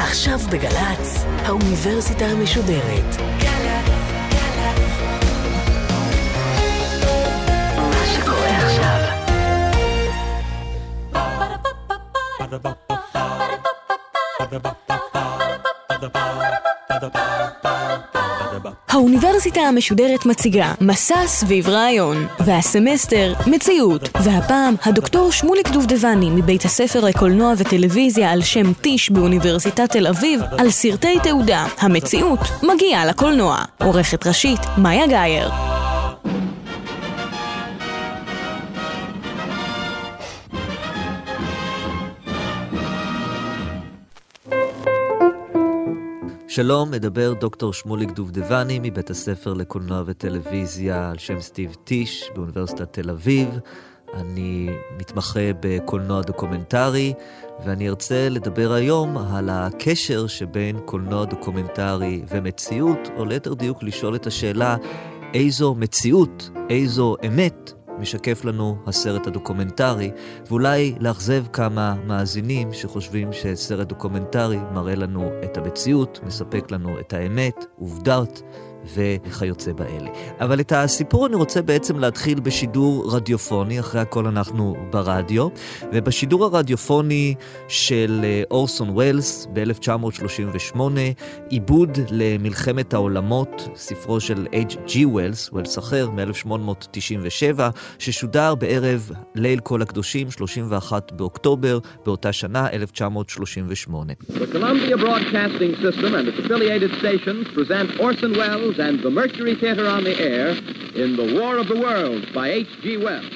עכשיו בגלץ, האוניברסיטה המשודרת. מה שקורה עכשיו. האוניברסיטה המשודרת מציגה מסע סביב רעיון, והסמסטר מציאות, והפעם הדוקטור שמוליק דובדבני מבית הספר לקולנוע וטלוויזיה על שם טיש באוניברסיטת תל אביב על סרטי תעודה. המציאות מגיעה לקולנוע. עורכת ראשית מאיה גייר. שלום, מדבר דוקטור שמוליק דובדבני מבית הספר לקולנוע וטלוויזיה על שם סטיב טיש באוניברסיטת תל אביב. אני מתמחה בקולנוע דוקומנטרי, ואני ארצה לדבר היום על הקשר שבין קולנוע דוקומנטרי ומציאות, או ליתר דיוק לשאול את השאלה איזו מציאות, איזו אמת משקף לנו הסרט הדוקומנטרי, ואולי לאכזב כמה מאזינים שחושבים שסרט דוקומנטרי מראה לנו את המציאות, מספק לנו את האמת, עובדות וכיוצא באלה. אבל את הסיפור אני רוצה בעצם להתחיל בשידור רדיופוני, אחרי הכל אנחנו ברדיו, ובשידור הרדיופוני של אורסון ווילס ב-1938, עיבוד למלחמת העולמות, ספרו של H.G. ווילס אחר מ-1897, ששודר בערב ליל כל הקדושים, 31 באוקטובר, באותה שנה, 1938. The Columbia Broadcasting System and its affiliated stations present Orson Welles and the Mercury Theater on the Air in The War of the Worlds by H.G. Wells.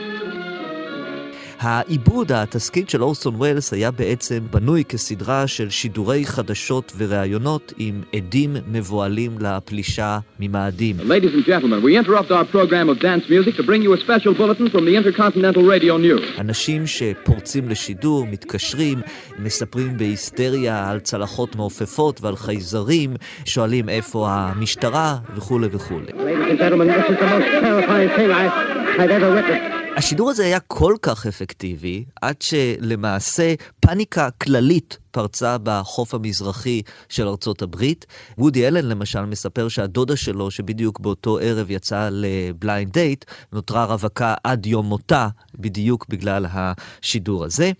העיבוד, התסקית של אורסון ווילס היה בעצם בנוי כסדרה של שידורי חדשות וראיונות עם עדים מבועלים לפלישה ממאדים. Ladies and gentlemen, we interrupt our program of dance music to bring you a special bulletin from the Intercontinental Radio News. אנשים שפורצים לשידור, מתקשרים, מספרים בהיסטריה על צלחות מעופפות ועל חייזרים, שואלים איפה המשטרה וכו' וכו'. Ladies and gentlemen, this is the most terrifying thing I've ever witnessed. השידור הזה היה כל כך אפקטיבי, עד שלמעשה פאניקה כללית פרצה בחוף המזרחי של ארצות הברית. וודי אלן למשל מספר שהדודה שלו, שבדיוק באותו ערב יצא לבליינד דייט, נותרה רווקה עד יום מותה, בדיוק בגלל השידור הזה.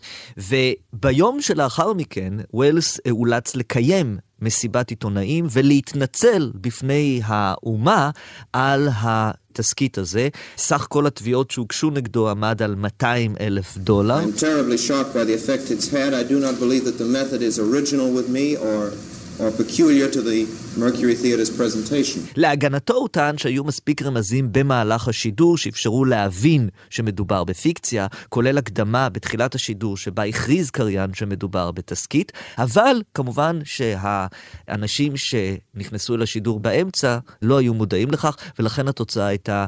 וביום שלאחר מכן, ווילס אולץ לקיים מסיבת עיתונאים ולהתנצל בפני האומה על התסקית הזה. סך כל התביעות שהוגשו נגדו עמד על $200,000. I'm terribly shocked by the effect it's had. I do not believe that the method is original with me or peculiar to the Mercury Theater's presentation. להגנתו הוא טען שהיו מספיק רמזים במהלך השידור שאפשרו להבין שמדובר בפיקציה, כולל הקדמה בתחילת השידור שבה הכריז קריין שמדובר בתסקית, אבל כמובן שהאנשים שנכנסו אל השידור באמצע לא היו מודעים לכך, ולכן התוצאה הייתה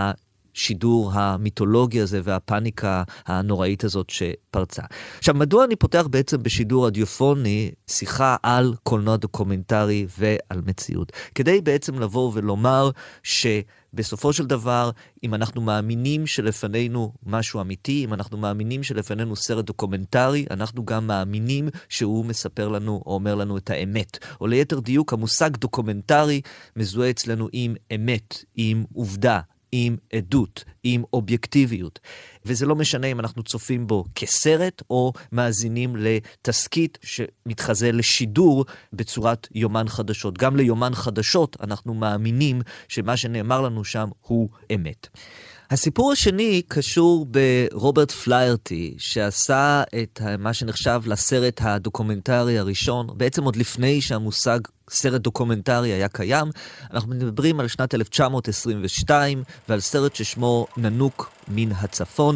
שידור המיתולוגי הזה והפאניקה הנוראית הזאת שפרצה. עכשיו, מדוע אני פותח בעצם בשידור רדיופוני שיחה על קולנוע דוקומנטרי ועל מציאות? כדי בעצם לבוא ולומר שבסופו של דבר, אם אנחנו מאמינים שלפנינו משהו אמיתי, אם אנחנו מאמינים שלפנינו סרט דוקומנטרי, אנחנו גם מאמינים שהוא מספר לנו או אומר לנו את האמת. או ליתר דיוק, המושג דוקומנטרי מזוהה אצלנו עם אמת, עם עובדה, עם עדות, עם אובייקטיביות. וזה לא משנה אם אנחנו צופים בו כסרט או מאזינים לתסקית שמתחזה לשידור בצורת יומן חדשות. גם ליומן חדשות אנחנו מאמינים שמה שנאמר לנו שם הוא אמת. הסיפור השני קשור ברוברט פליירטי, שעשה את מה שנחשב לסרט הדוקומנטרי הראשון, בעצם עוד לפני שהמושג סרט דוקומנטרי היה קיים. אנחנו מדברים על שנת 1922 ועל סרט ששמו ננוק מן הצפון.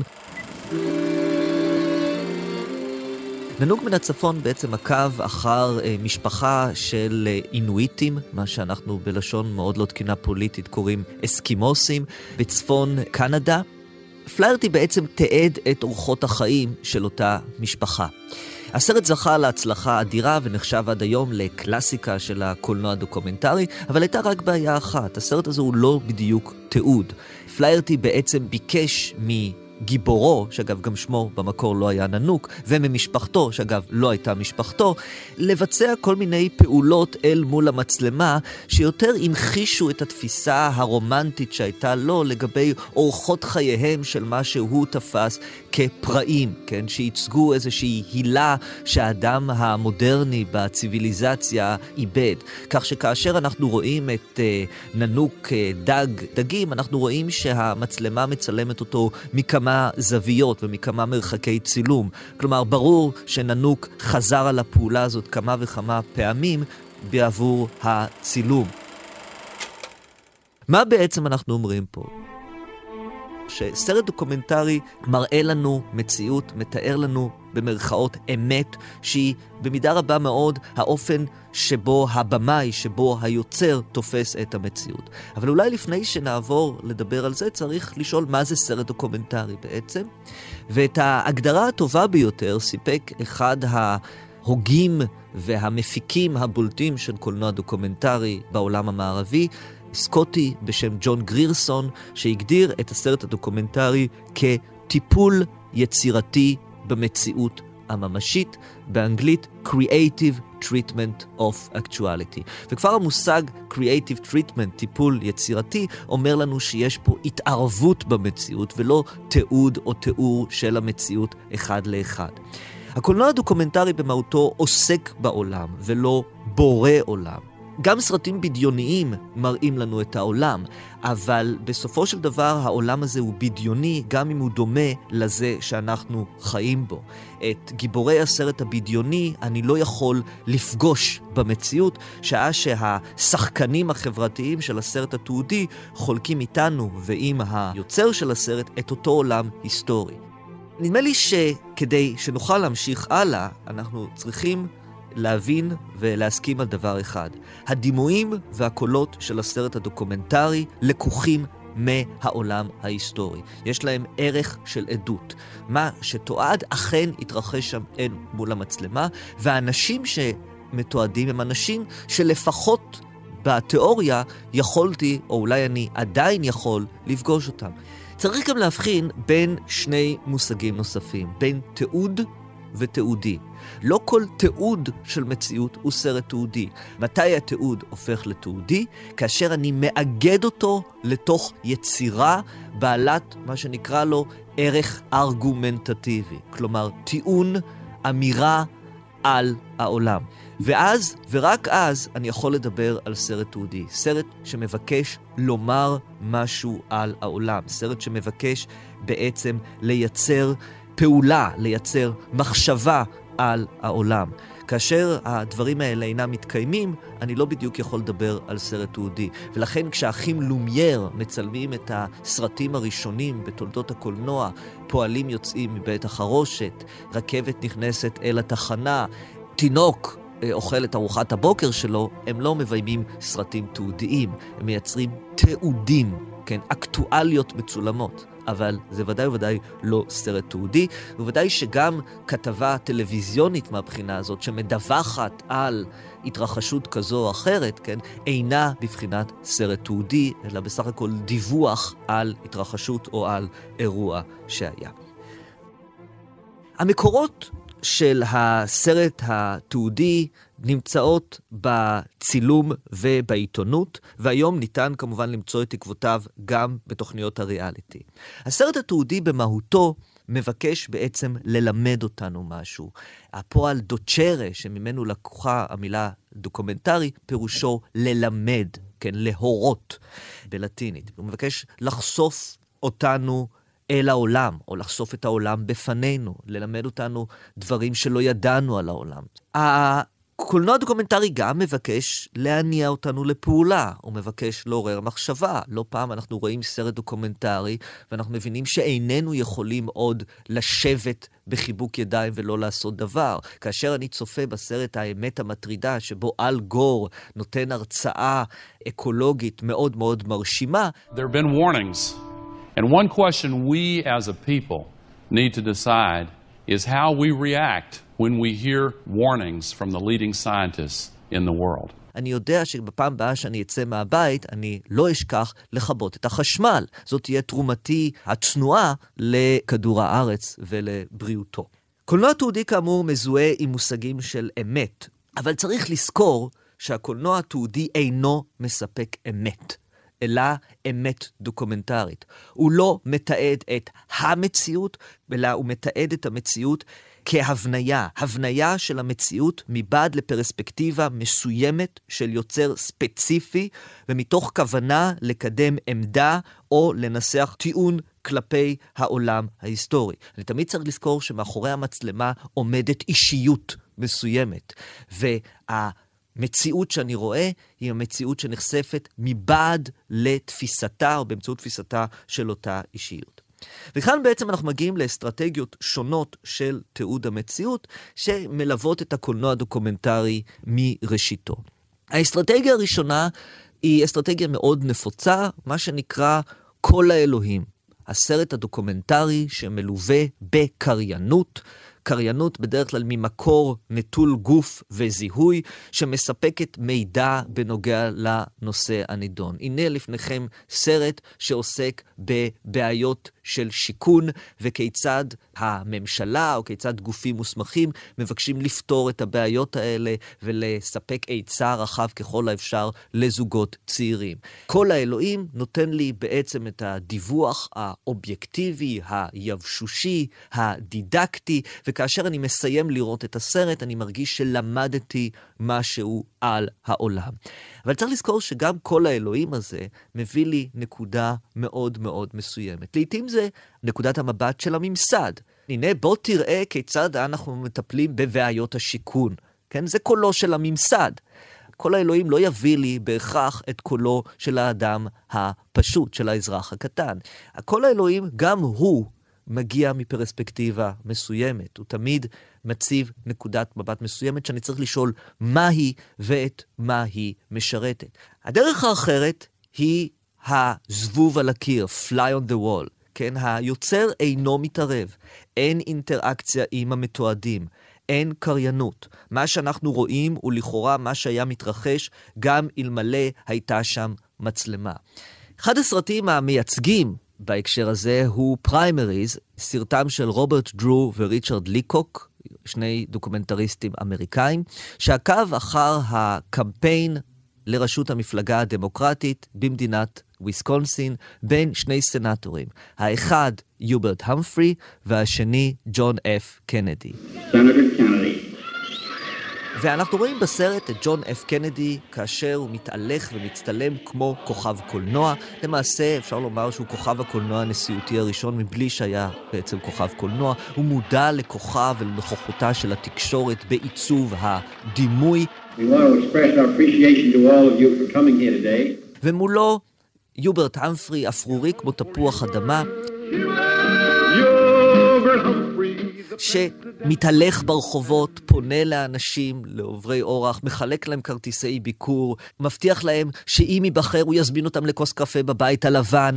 ננוק מן הצפון בעצם עקב אחר משפחה של אינואיטים, מה שאנחנו בלשון מאוד לא תקינה פוליטית קוראים אסקימוסים, בצפון קנדה. פליירטי בעצם תיעד את אורחות החיים של אותה משפחה. הסרט זכה להצלחה אדירה ונחשב עד היום לקלאסיקה של הקולנוע הדוקומנטרי, אבל הייתה רק בעיה אחת, הסרט הזה הוא לא בדיוק תיעוד. פליירטי בעצם ביקש גיבורו, שאגב גם שמו במקור לא היה ננוק, וממשפחתו, שאגב לא הייתה משפחתו, לבצע כל מיני פעולות אל מול המצלמה, שיותר המחישו את התפיסה הרומנטית שהייתה לו לגבי אורחות חייהם של מה שהוא תפס כפראים, כן? שייצגו איזושהי הילה שהאדם המודרני בציביליזציה איבד. כך שכאשר אנחנו רואים את ננוק דגים, אנחנו רואים שהמצלמה מצלמת אותו מכמה זוויות ומכמה מרחקי צילום. כלומר, ברור שננוק חזר על הפעולה הזאת כמה וכמה פעמים בעבור הצילום. מה בעצם אנחנו אומרים פה? שסרט דוקומנטרי מראה לנו מציאות, מתאר לנו במרכאות אמת, שהיא במידה רבה מאוד האופן שבו הבמאי, שבו היוצר תופס את המציאות. אבל אולי לפני שנעבור לדבר על זה, צריך לשאול מה זה סרט דוקומנטרי בעצם. ואת ההגדרה הטובה ביותר סיפק אחד ההוגים והמפיקים הבולטים של קולנוע דוקומנטרי בעולם המערבי, סקוטי בשם ג'ון גרירסון, שהגדיר את הסרט הדוקומנטרי כטיפול יצירתי במציאות הממשית, באנגלית Creative Treatment of Actuality. וכבר המושג Creative Treatment, טיפול יצירתי, אומר לנו שיש פה התערבות במציאות ולא תיעוד או תיאור של המציאות אחד לאחד. הקולנוע הדוקומנטרי במהותו עוסק בעולם ולא בורא עולם. גם סרטים בדיוניים מראים לנו את העולם, אבל בסופו של דבר העולם הזה הוא בדיוני, גם אם הוא דומה לזה שאנחנו חיים בו. את גיבורי הסרט הבדיוני אני לא יכול לפגוש במציאות, שעה שהשחקנים החברתיים של הסרט התיעודי חולקים איתנו ועם היוצר של הסרט את אותו עולם היסטורי. נדמה לי שכדי שנוכל להמשיך הלאה, אנחנו צריכים להבין ולהסכים על דבר אחד. הדימויים והקולות של הסרט הדוקומנטרי לקוחים מהעולם ההיסטורי. יש להם ערך של עדות. מה שתועד אכן התרחש שם אל מול המצלמה, והאנשים שמתועדים הם אנשים שלפחות בתיאוריה יכולתי, או אולי אני עדיין יכול, לפגוש אותם. צריך גם להבחין בין שני מושגים נוספים, בין תיעוד ותיעודי. לא כל תיעוד של מציאות הוא סרט תיעודי. מתי התיעוד הופך לתיעודי? כאשר אני מאגד אותו לתוך יצירה בעלת מה שנקרא לו ערך ארגומנטטיבי. כלומר, טיעון, אמירה על העולם. ואז, ורק אז, אני יכול לדבר על סרט תיעודי. סרט שמבקש לומר משהו על העולם. סרט שמבקש בעצם לייצר פעולה, לייצר מחשבה על העולם. כאשר הדברים האלה אינם מתקיימים, אני לא בדיוק יכול לדבר על סרט תיעודי. ולכן כשהאחים לומייר מצלמים את הסרטים הראשונים בתולדות הקולנוע, פועלים יוצאים מבית החרושת, רכבת נכנסת אל התחנה, תינוק אוכל את ארוחת הבוקר שלו, הם לא מביימים סרטים תיעודיים, הם מייצרים תיעודים, כן, אקטואליות מצולמות. אבל זה ודאי וודאי לא סרט תיעודי, וודאי שגם כתבה טלוויזיונית מהבחינה הזאת, שמדווחת על התרחשות כזו או אחרת, כן, אינה בבחינת סרט תיעודי, אלא בסך הכל דיווח על התרחשות או על אירוע שהיה. המקורות של הסרט התיעודי נמצאות בצילום ובעיתונות, והיום ניתן כמובן למצוא את תקוותיו גם בתוכניות הריאליטי. הסרט התיעודי במהותו מבקש בעצם ללמד אותנו משהו. הפועל דוצ'רה, שממנו לקוחה המילה דוקומנטרי, פירושו ללמד, כן, להורות בלטינית. הוא מבקש לחשוף אותנו אל העולם, או לחשוף את העולם בפנינו, ללמד אותנו דברים שלא ידענו על העולם. הקולנוע דוקומנטרי גם מבקש להניע אותנו לפעולה, הוא מבקש לעורר מחשבה. לא פעם אנחנו רואים סרט דוקומנטרי, ואנחנו מבינים שאיננו יכולים עוד לשבת בחיבוק ידיים ולא לעשות דבר. כאשר אני צופה בסרט האמת המטרידה, שבו אל גור נותן הרצאה אקולוגית מאוד מאוד מרשימה. There have been warnings. And one question we as a people need to decide is how we react when we hear warnings from the leading scientists in the world. אני יודע שבפעם הבאה שאני אצא מהבית, אני לא אשכח לכבות את החשמל. זאת תהיה תרומתי הצנועה לכדור הארץ ולבריאותו. קולנוע תיעודי כאמור מזוהה עם מושגים של אמת, אבל צריך לזכור שהקולנוע התיעודי אינו מספק אמת, אלא אמת דוקומנטרית. הוא לא מתעד את המציאות, אלא הוא מתעד את המציאות כהבניה, הבניה של המציאות מבעד לפרספקטיבה מסוימת של יוצר ספציפי, ומתוך כוונה לקדם עמדה או לנסח טיעון כלפי העולם ההיסטורי. אני תמיד צריך לזכור שמאחורי המצלמה עומדת אישיות מסוימת, והמציאות שאני רואה היא המציאות שנחשפת מבעד לתפיסתה או באמצעות תפיסתה של אותה אישיות. וכאן בעצם אנחנו מגיעים לאסטרטגיות שונות של תיעוד המציאות שמלוות את הקולנוע הדוקומנטרי מראשיתו. האסטרטגיה הראשונה היא אסטרטגיה מאוד נפוצה, מה שנקרא כל האלוהים. הסרט הדוקומנטרי שמלווה בקריינות, קריינות בדרך כלל ממקור נטול גוף וזיהוי, שמספקת מידע בנוגע לנושא הנידון. הנה לפניכם סרט שעוסק בבעיות של שיכון, וכיצד הממשלה או כיצד גופים מוסמכים מבקשים לפתור את הבעיות האלה, ולספק עצה רחב ככל האפשר לזוגות צעירים. כל האלוהים נותן לי בעצם את הדיווח האובייקטיבי, היבשושי, הדידקטי, וכאשר אני מסיים לראות את הסרט, אני מרגיש שלמדתי משהו על העולם. אבל צריך לזכור שגם כל האלוהים הזה מביא לי נקודה מאוד מאוד מסוימת. לעתים זה נקודת המבט של הממסד. הנה, בוא תראה כיצד אנחנו מטפלים בבעיות השיכון. כן? זה קולו של הממסד. כל האלוהים לא יביא לי בהכרח את קולו של האדם הפשוט, של האזרח הקטן. כל האלוהים גם הוא מגיע מפרספקטיבה מסוימת. הוא תמיד מציב נקודת מבט מסוימת שאני צריך לשאול מה היא ואת מה היא משרתת. הדרך האחרת היא הזבוב על הקיר, fly on the wall. כן, היוצר אינו מתערב, אין אינטראקציה עם המתועדים, אין קריינות. מה שאנחנו רואים הוא לכאורה מה שהיה מתרחש גם אלמלא הייתה שם מצלמה. אחד הסרטים המייצגים בהקשר הזה הוא פריימריז, סרטם של רוברט דרו וריצ'רד ליקוק, שני דוקומנטריסטים אמריקאים, שעקב אחר הקמפיין לראשות המפלגה הדמוקרטית במדינת וויסקונסין בין שני סנטורים, האחד יוברט המפרי והשני ג'ון אף קנדי. ואנחנו רואים בסרט את ג'ון אף קנדי כאשר הוא מתהלך ומצטלם כמו כוכב קולנוע. למעשה אפשר לומר שהוא כוכב הקולנוע הנשיאותי הראשון מבלי שהיה בעצם כוכב קולנוע. הוא מודע לכוחה ולנוכחותה של התקשורת בעיצוב הדימוי. We want to express our appreciation to all of you for coming here today. ומולו יוברט המפרי אפרורי כמו תפוח אדמה, שמתהלך ברחובות, פונה לאנשים, לעוברי אורח, מחלק להם כרטיסי ביקור, מבטיח להם שאם ייבחר הוא יזמין אותם לכוס קפה בבית הלבן.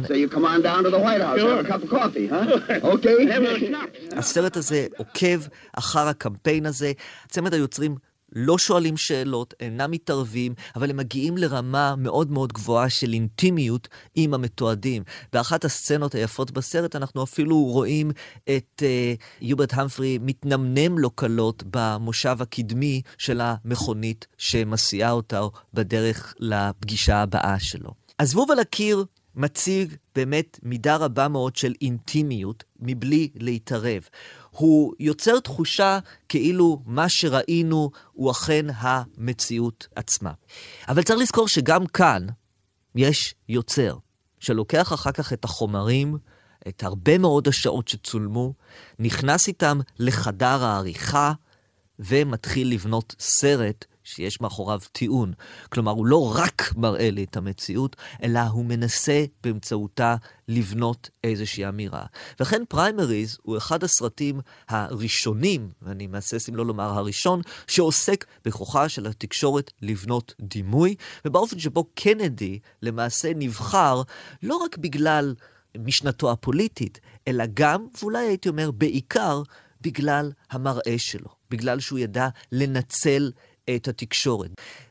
הסרט הזה עוקב אחר הקמפיין הזה. צמד היוצרים לא שואלים שאלות, אינם מתערבים, אבל הם מגיעים לרמה מאוד מאוד גבוהה של אינטימיות עם המתועדים. באחת הסצנות היפות בסרט אנחנו אפילו רואים את יוברט המפרי מתנמנם לו קלות במושב הקדמי של המכונית שמסיעה אותה בדרך לפגישה הבאה שלו. הזבוב על הקיר מציג באמת מידה רבה מאוד של אינטימיות מבלי להתערב. הוא יוצר תחושה כאילו מה שראינו הוא אכן המציאות עצמה. אבל צריך לזכור שגם כאן יש יוצר שלוקח אחר כך את החומרים, את הרבה מאוד השעות שצולמו, נכנס איתם לחדר העריכה ומתחיל לבנות סרט שיש מאחוריו טיעון. כלומר, הוא לא רק מראה לי את המציאות, אלא הוא מנסה באמצעותה לבנות איזושהי אמירה. וכן פריימריז הוא אחד הסרטים הראשונים, ואני מהסס אם לא לומר הראשון, שעוסק בכוחה של התקשורת לבנות דימוי, ובאופן שבו קנדי למעשה נבחר לא רק בגלל משנתו הפוליטית, אלא גם, ואולי הייתי אומר בעיקר, בגלל המראה שלו, בגלל שהוא ידע לנצל את התקשורת.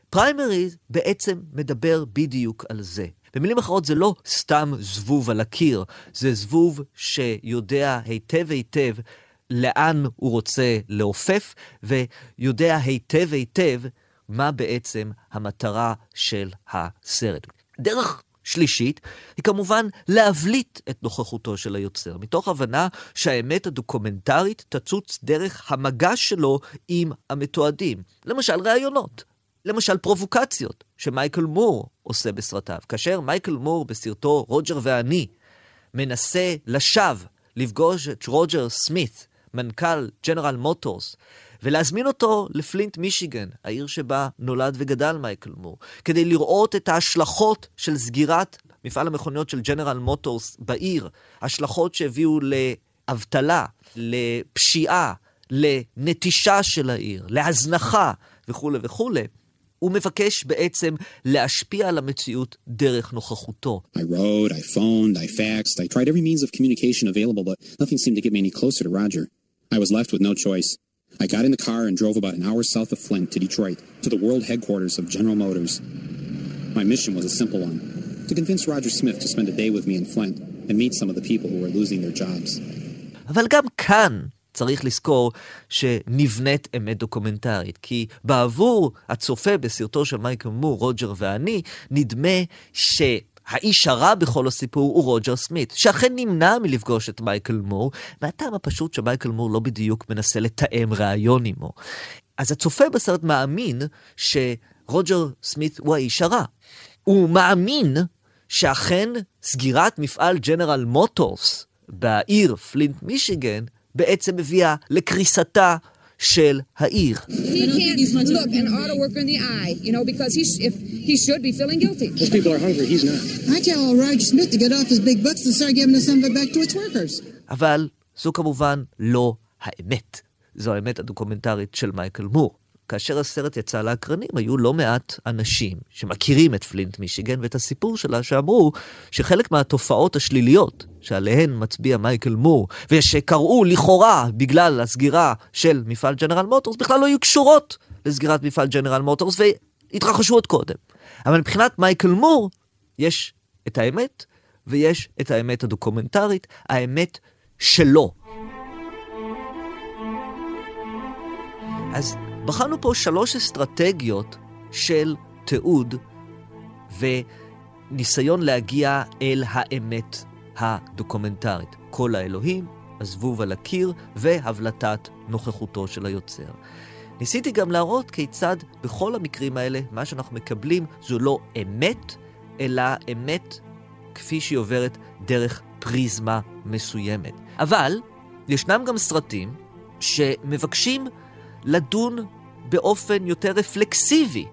פריימריז בעצם מדבר בדיוק על זה. במילים אחרות זה לא סתם זבוב על הקיר, זה זבוב שיודע היטב היטב לאן הוא רוצה לעופף, ויודע היטב היטב מה בעצם המטרה של הסרט. דרך שלישית היא כמובן להבליט את נוכחותו של היוצר, מתוך הבנה שהאמת הדוקומנטרית תצוץ דרך המגע שלו עם המתועדים. למשל רעיונות, למשל פרובוקציות שמייקל מור עושה בסרטיו. כאשר מייקל מור בסרטו רוג'ר ואני מנסה לשווא לפגוש את רוג'ר סמית, מנכ"ל ג'נרל מוטורס, ולהזמין אותו לפלינט מישיגן, העיר שבה נולד וגדל מייקל מור, כדי לראות את ההשלכות של סגירת מפעל המכוניות של ג'נרל מוטורס בעיר, השלכות שהביאו לאבטלה, לפשיעה, לנטישה של העיר, להזנחה וכו' וכו'. הוא מבקש בעצם להשפיע על המציאות דרך נוכחותו. I wrote, I phoned, I faxed, I tried every means of communication available, but nothing seemed to get me any closer to Roger. I was left with no choice. I got in the car and drove about an hour south of Flint to Detroit, to the world headquarters of General Motors. My mission was a simple one, to convince Roger Smith to spend a day with me in Flint and meet some of the people who were losing their jobs. אבל גם כאן צריך לזכור שנבנית אמת דוקומנטרית, כי בעבור הצופה בסרטו של מייקל מור, רוג'ר ואני, נדמה שהאיש הרע בכל הסיפור הוא רוג'ר סמית, שאכן נמנע מלפגוש את מייקל מור, מהטעם הפשוט שמייקל מור לא בדיוק מנסה לתאם רעיון עמו. אז הצופה בסרט מאמין שרוג'ר סמית הוא האיש הרע. הוא מאמין שאכן סגירת מפעל ג'נרל מוטורס בעיר פלינט מישיגן בעצם הביאה לקריסתה של העיר. He can't look an auto worker in the eye, you know, because he should be feeling guilty. Those people are hungry, he's not. I tell Roger Smith to get off his big bucks and start giving some of it back to its workers. אבל זו כמובן לא האמת. זו האמת הדוקומנטרית של מייקל מור. כאשר הסרט יצא לאקרנים, היו לא מעט אנשים שמכירים את פלינט מישיגן ואת הסיפור שלה, שאמרו שחלק מהתופעות השליליות שעליהן מצביע מייקל מור, ושקראו לכאורה בגלל הסגירה של מפעל ג'נרל מוטורס, בכלל לא היו קשורות לסגירת מפעל ג'נרל מוטורס, והתרחשו עוד קודם. אבל מבחינת מייקל מור, יש את האמת, ויש את האמת הדוקומנטרית, האמת שלו. אז בחרנו פה 3 אסטרטגיות של תיעוד וניסיון להגיע אל האמת הדוקומנטרית. כל האלוהים, הזבוב על הקיר והבלטת נוכחותו של היוצר. ניסיתי גם להראות כיצד בכל המקרים האלה מה שאנחנו מקבלים זו לא אמת, אלא אמת כפי שהיא עוברת דרך פריזמה מסוימת. אבל ישנם גם סרטים שמבקשים לדון באופן יותר רפלקסיבי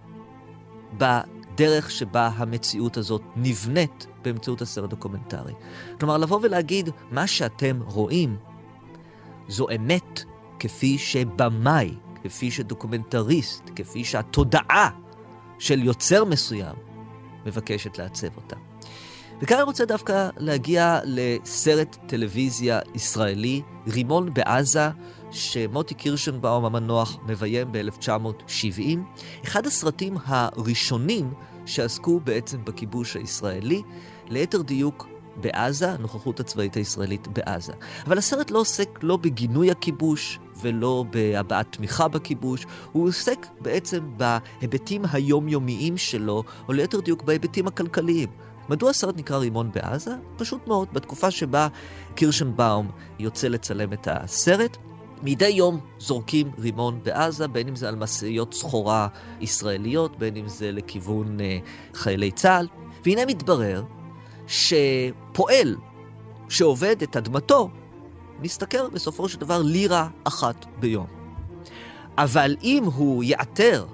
בדרך שבה המציאות הזאת נבנית באמצעות הסרט דוקומנטרי. כלומר, לבוא ולהגיד, מה שאתם רואים זו אמת כפי שבמאי, כפי שדוקומנטריסט, כפי שהתודעה של יוצר מסוים מבקשת לעצב אותה. וכאן אני רוצה דווקא להגיע לסרט טלוויזיה ישראלי, רימון בעזה, שמוטי קירשנבאום המנוח מביים ב-1970. אחד הסרטים הראשונים שעסקו בעצם בכיבוש הישראלי, ליתר דיוק בעזה, הנוכחות הצבאית הישראלית בעזה. אבל הסרט לא עוסק לא בגינוי הכיבוש ולא בהבעת תמיכה בכיבוש, הוא עוסק בעצם בהיבטים היומיומיים שלו, או ליתר דיוק בהיבטים הכלכליים. מדוע הסרט נקרא רימון בעזה? פשוט מאוד, בתקופה שבה קירשנבאום יוצא לצלם את הסרט, מדי יום זורקים רימון בעזה, בין אם זה על משאיות סחורה ישראליות, בין אם זה לכיוון חיילי צה"ל. והנה מתברר שפועל שעובד את אדמתו, מסתכל בסופו של דבר לירה אחת ביום. אבל אם הוא יעתר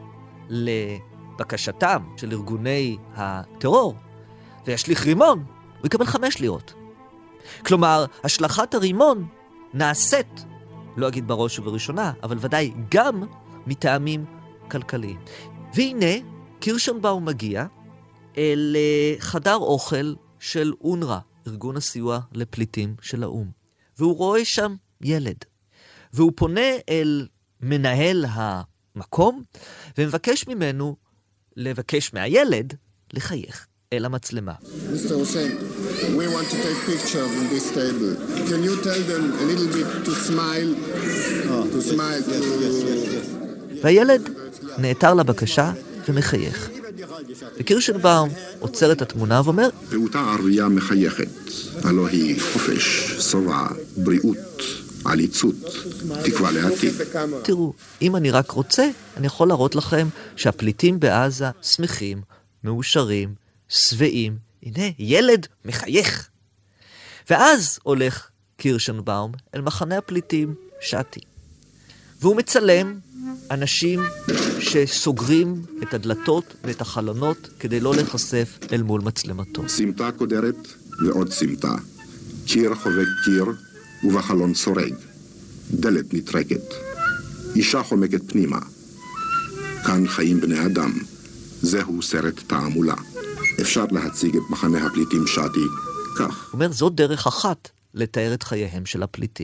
לבקשתם של ארגוני הטרור, וישליך רימון, הוא יקבל 5 לירות. כלומר, השלכת הרימון נעשית, לא אגיד בראש ובראשונה, אבל ודאי גם מטעמים כלכליים. והנה, קירשנבאום מגיע אל חדר אוכל של אונר"א, ארגון הסיוע לפליטים של האו"ם. והוא רואה שם ילד. והוא פונה אל מנהל המקום, ומבקש ממנו לבקש מהילד לחייך אל המצלמה. Mr. Hussein, we want to take pictures in this table. Can you tell them a little bit to smile? To smile. והילד נעתר לבקשה ומחייך. וקירשנבאום עוצר את התמונה ואומר, פעוטה ערבייה מחייכת, הלא היא חופש, שובע, בריאות, עליצות, תקווה לעתיד. תראו, אם אני רק רוצה, אני יכול להראות לכם שהפליטים בעזה שמחים, מאושרים, שבעים. הנה, ילד מחייך. ואז הולך קירשנבאום אל מחנה הפליטים שעתי. והוא מצלם אנשים שסוגרים את הדלתות ואת החלונות כדי לא להיחשף אל מול מצלמתו. סמטה קודרת ועוד סמטה. קיר חובק קיר ובחלון סורג. דלת נטרקת. אישה חומקת פנימה. כאן חיים בני אדם. זהו סרט תעמולה. אפשר להציג את מחנה הפליטים שעתי כך. הוא אומר, זו דרך אחת לתאר את חייהם של הפליטים.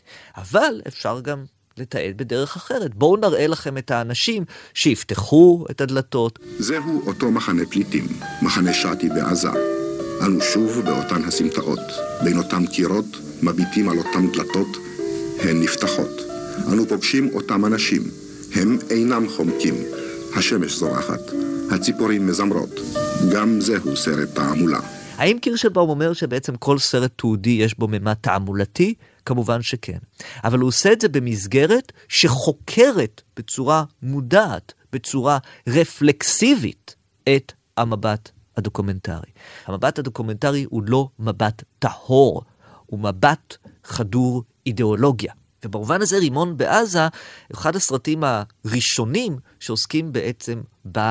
אבל אפשר גם לתעד בדרך אחרת. בואו נראה לכם את האנשים שיפתחו את הדלתות. זהו אותו מחנה פליטים, מחנה שעתי בעזה. אנו שוב באותן הסמטאות. בין אותם קירות, מביטים על אותם דלתות, הן נפתחות. אנו פוגשים אותם אנשים. הם אינם חומקים. השמש זורחת. הציפורים מזמרות. גם זהו סרט תעמולה. האם קירשנבאום אומר שבעצם כל סרט תיעודי יש בו ממד תעמולתי? כמובן שכן. אבל הוא עושה את זה במסגרת שחוקרת בצורה מודעת, בצורה רפלקסיבית, את המבט הדוקומנטרי. המבט הדוקומנטרי הוא לא מבט טהור, הוא מבט חדור אידיאולוגיה. ובמובן הזה רימון בעזה, אחד הסרטים הראשונים שעוסקים בעצם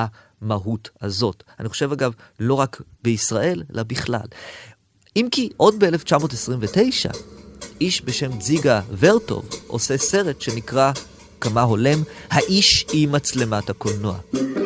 במהות הזאת. אני חושב אגב לא רק בישראל, אלא בכלל. אם כי עוד ב-1929, איש בשם זיגה ורטוב עושה סרט שנקרא כמה הולם, האיש עם מצלמת הקולנוע.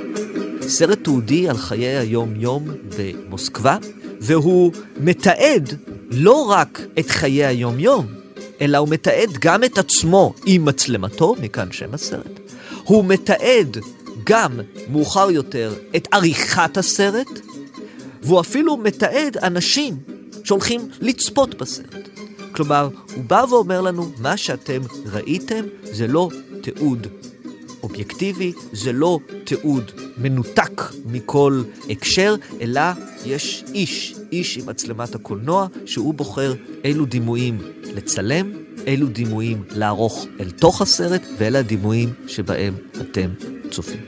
סרט תיעודי על חיי היום-יום במוסקבה, והוא מתעד לא רק את חיי היום-יום, אלא הוא מתעד גם את עצמו עם מצלמתו, מכאן שם הסרט. הוא מתעד גם מאוחר יותר את עריכת הסרט, והוא אפילו מתעד אנשים שהולכים לצפות בסרט. כלומר, הוא בא ואומר לנו, מה שאתם ראיתם זה לא תיעוד אובייקטיבי, זה לא תיעוד מנותק מכל הקשר, אלא יש איש עם מצלמת הקולנוע, שהוא בוחר אילו דימויים לצלם, אילו דימויים לערוך אל תוך הסרט, ואלה הדימויים שבהם אתם צופים.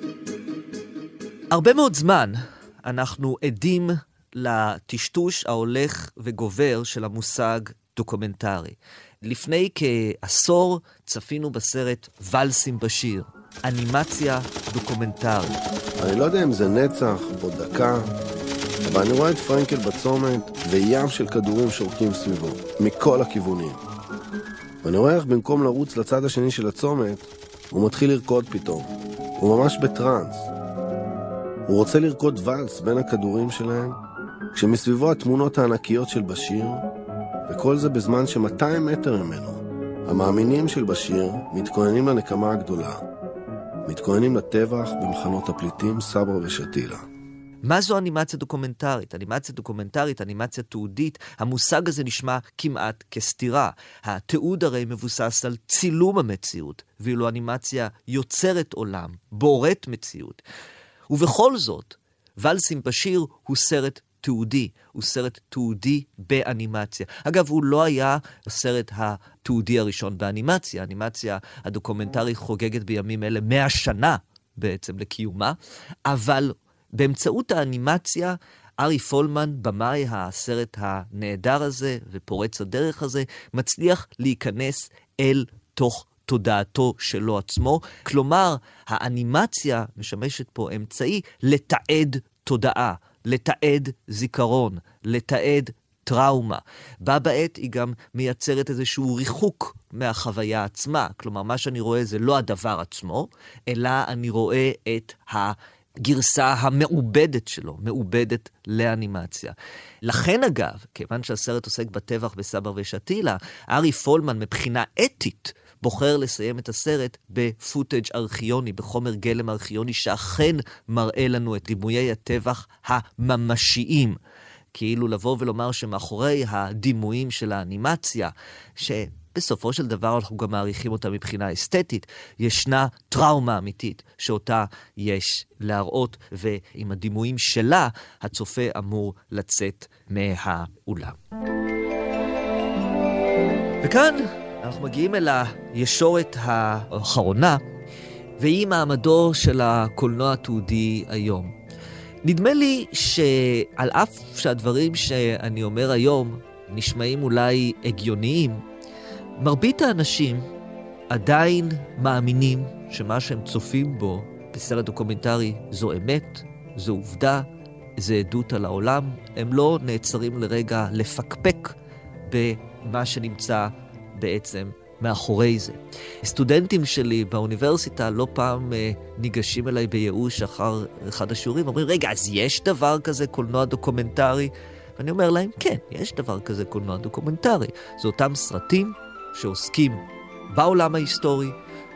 הרבה מאוד זמן אנחנו עדים לטשטוש ההולך וגובר של המושג דוקומנטרי. לפני כעשור צפינו בסרט ולסים בשיר, אנימציה דוקומנטרית. אני לא יודע אם זה נצח או דקה, אבל אני רואה את פרנקל בצומת וים של כדורים שורקים סביבו, מכל הכיוונים. ואני רואה איך במקום לרוץ לצד השני של הצומת, הוא מתחיל לרקוד פתאום. הוא ממש בטרנס. הוא רוצה לרקוד ולס בין הכדורים שלהם, כשמסביבו התמונות הענקיות של בשיר, וכל זה בזמן ש200 מטר ממנו, המאמינים של בשיר מתכוננים לנקמה הגדולה, מתכוננים לטבח במחנות הפליטים סברה ושתילה. מה זו אנימציה דוקומנטרית? אנימציה דוקומנטרית, אנימציה תיעודית, המושג הזה נשמע כמעט כסתירה. התיעוד הרי מבוסס על צילום המציאות, ואילו אנימציה יוצרת עולם, בוראת מציאות. ובכל זאת, ולסים בשיר הוא סרט תיעודי, הוא סרט תיעודי באנימציה. אגב, הוא לא היה הסרט התיעודי הראשון באנימציה. האנימציה הדוקומנטרית חוגגת בימים אלה 100 שנה בעצם לקיומה, אבל באמצעות האנימציה, ארי פולמן, במאי הסרט הנהדר הזה ופורץ הדרך הזה, מצליח להיכנס אל תוך תודעתו שלו עצמו. כלומר, האנימציה משמשת פה אמצעי לתעד תודעה, לתעד זיכרון, לתעד טראומה. בה בעת היא גם מייצרת איזשהו ריחוק מהחוויה עצמה. כלומר, מה שאני רואה זה לא הדבר עצמו, אלא אני רואה את הגרסה המעובדת שלו, מעובדת לאנימציה. לכן אגב, כיוון שהסרט עוסק בטבח בסברה ושתילה, ארי פולמן מבחינה אתית בוחר לסיים את הסרט בפוטאג' ארכיוני, בחומר גלם ארכיוני שאכן מראה לנו את דימויי הטבח הממשיים. כאילו לבוא ולומר שמאחורי הדימויים של האנימציה, בסופו של דבר אנחנו גם מעריכים אותה מבחינה אסתטית, ישנה טראומה אמיתית שאותה יש להראות, ועם הדימויים שלה הצופה אמור לצאת מהאולם. וכאן אנחנו מגיעים אל הישורת האחרונה, והיא מעמדו של הקולנוע התיעודי היום. נדמה לי שעל אף שהדברים שאני אומר היום נשמעים אולי הגיוניים, מרבית האנשים עדיין מאמינים שמה שהם צופים בו בסרט דוקומנטרי זו אמת, זו עובדה, זו עדות על העולם. הם לא נעצרים לרגע לפקפק במה שנמצא בעצם מאחורי זה. סטודנטים שלי באוניברסיטה לא פעם ניגשים אליי בייאוש אחר אחד השיעורים, אומרים, רגע, אז יש דבר כזה קולנוע דוקומנטרי? ואני אומר להם, כן, יש דבר כזה קולנוע דוקומנטרי. זה אותם סרטים שעוסקים בעולם ההיסטורי,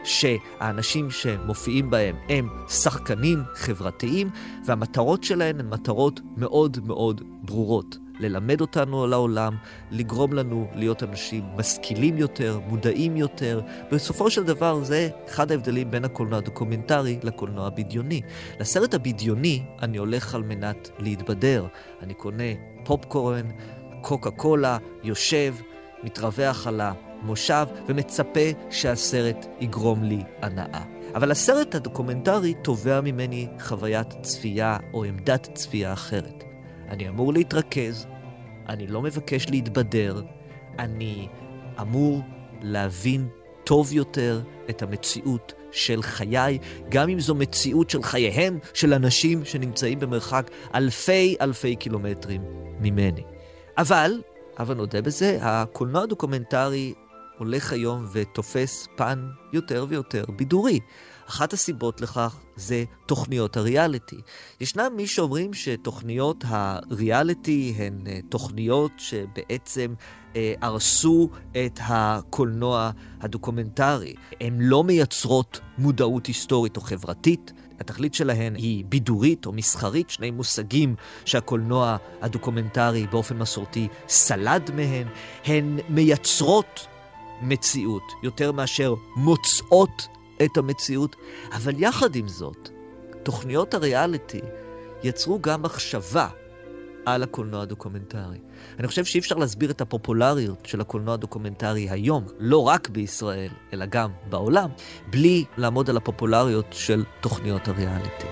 שהאנשים שמופיעים בהם הם שחקנים חברתיים, והמטרות שלהם הן מטרות מאוד מאוד ברורות. ללמד אותנו על העולם, לגרום לנו להיות אנשים משכילים יותר, מודעים יותר. בסופו של דבר זה אחד ההבדלים בין הקולנוע הדוקומנטרי לקולנוע הבדיוני. לסרט הבדיוני אני הולך על מנת להתבדר. אני קונה פופקורן, קוקה קולה, יושב, מתרווח על המושב ומצפה שהסרט יגרום לי הנאה. אבל הסרט הדוקומנטרי תובע ממני חוויית צפייה או עמדת צפייה אחרת. אני אמור להתרכז, אני לא מבקש להתבדר, אני אמור להבין טוב יותר את המציאות של חיי, גם אם זו מציאות של חייהם של אנשים שנמצאים במרחק אלפי קילומטרים ממני. אבל נודה בזה, הקולנוע הדוקומנטרי הולך היום ותופס פן יותר ויותר בידורי. אחת הסיבות לכך זה תוכניות הריאליטי. ישנם מי שאומרים שתוכניות הריאליטי הן תוכניות שבעצם הרסו את הקולנוע הדוקומנטרי. הן לא מייצרות מודעות היסטורית או חברתית. התכלית שלהן היא בידורית או מסחרית, שני מושגים שהקולנוע הדוקומנטרי באופן מסורתי סלד מהן. הן מייצרות מציאות יותר מאשר מוצאות את המציאות, אבל יחד עם זאת, תוכניות הריאליטי יצרו גם מחשבה על הקולנוע הדוקומנטרי. אני חושב שאי אפשר להסביר את הפופולריות של הקולנוע הדוקומנטרי היום, לא רק בישראל, אלא גם בעולם, בלי לעמוד על הפופולריות של תוכניות הריאליטי.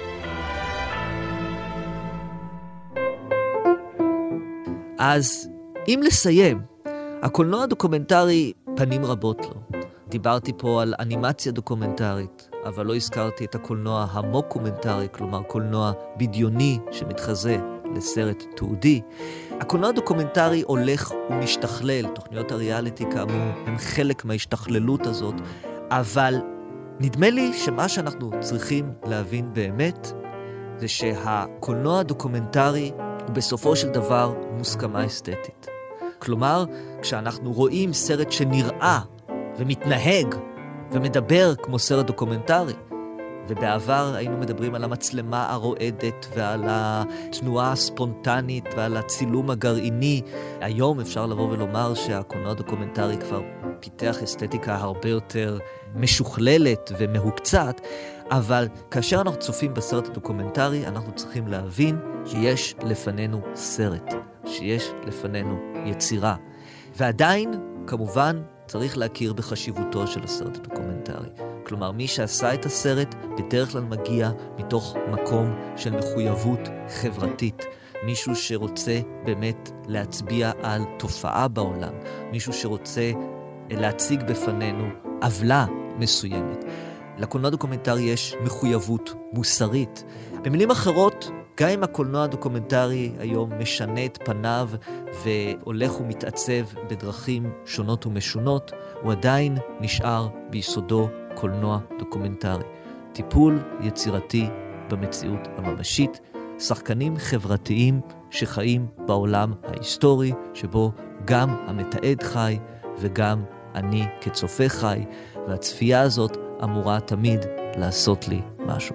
אז אם לסיים, הקולנוע הדוקומנטרי פנים רבות לו. דיברתי פה על אנימציה דוקומנטרית, אבל לא הזכרתי את הקולנוע המוקומנטרי, כלומר קולנוע בדיוני שמתחזה לסרט תיעודי. הקולנוע הדוקומנטרי הולך ומשתכלל, תוכניות הריאליטי כאמור הם חלק מההשתכללות הזאת, אבל נדמה לי שמה שאנחנו צריכים להבין באמת, זה שהקולנוע הדוקומנטרי הוא בסופו של דבר מוסכמה אסתטית. כלומר, כשאנחנו רואים סרט שנראה ומתנהג ומדבר כמו סרט דוקומנטרי, ובעבר היינו מדברים על המצלמה הרועדת ועל התנועה הספונטנית ועל הצילום הגרעיני, היום אפשר לבוא ולומר שהקולנוע הדוקומנטרי כבר פיתח אסתטיקה הרבה יותר משוכללת ומהוקצת, אבל כאשר אנחנו צופים בסרט הדוקומנטרי אנחנו צריכים להבין שיש לפנינו סרט, שיש לפנינו יצירה, ועדיין כמובן צריך להכיר בחשיבותו של הסרט הדוקומנטרי. כלומר, מי שעשה את הסרט בדרך כלל מגיע מתוך מקום של מחויבות חברתית. מישהו שרוצה באמת להצביע על תופעה בעולם. מישהו שרוצה להציג בפנינו עוולה מסוימת. לקולנוע הדוקומנטרי יש מחויבות מוסרית. במילים אחרות, גם אם הקולנוע הדוקומנטרי היום משנה את פניו והולך ומתעצב בדרכים שונות ומשונות, הוא עדיין נשאר ביסודו קולנוע דוקומנטרי. טיפול יצירתי במציאות הממשית, שחקנים חברתיים שחיים בעולם ההיסטורי, שבו גם המתעד חי וגם אני כצופה חי, והצפייה הזאת אמורה תמיד לעשות לי משהו.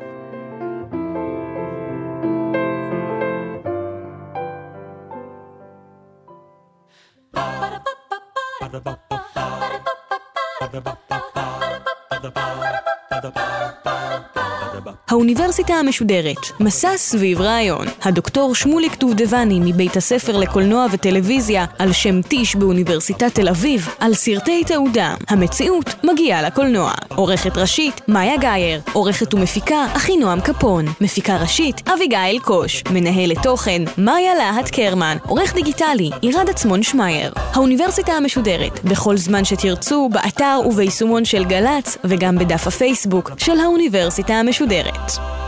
האוניברסיטה המשודרת, מסע סביב רעיון. הדוקטור שמוליק דובדבני מבית הספר לקולנוע וטלוויזיה על שם טיש באוניברסיטת תל אביב, על סרטי תעודה. המציאות מגיעה לקולנוע. עורכת ראשית, מאיה גייר. עורכת ומפיקה, אחינועם קפון. מפיקה ראשית, אביגיל קוש. מנהלת תוכן, מאיה להט קרמן. עורך דיגיטלי, ירד עצמון שמייר. האוניברסיטה המשודרת, בכל זמן שתרצו, באתר וביישומון של גלץ, וגם בדף הפייסבוק של האוניברסיטה המשודרת.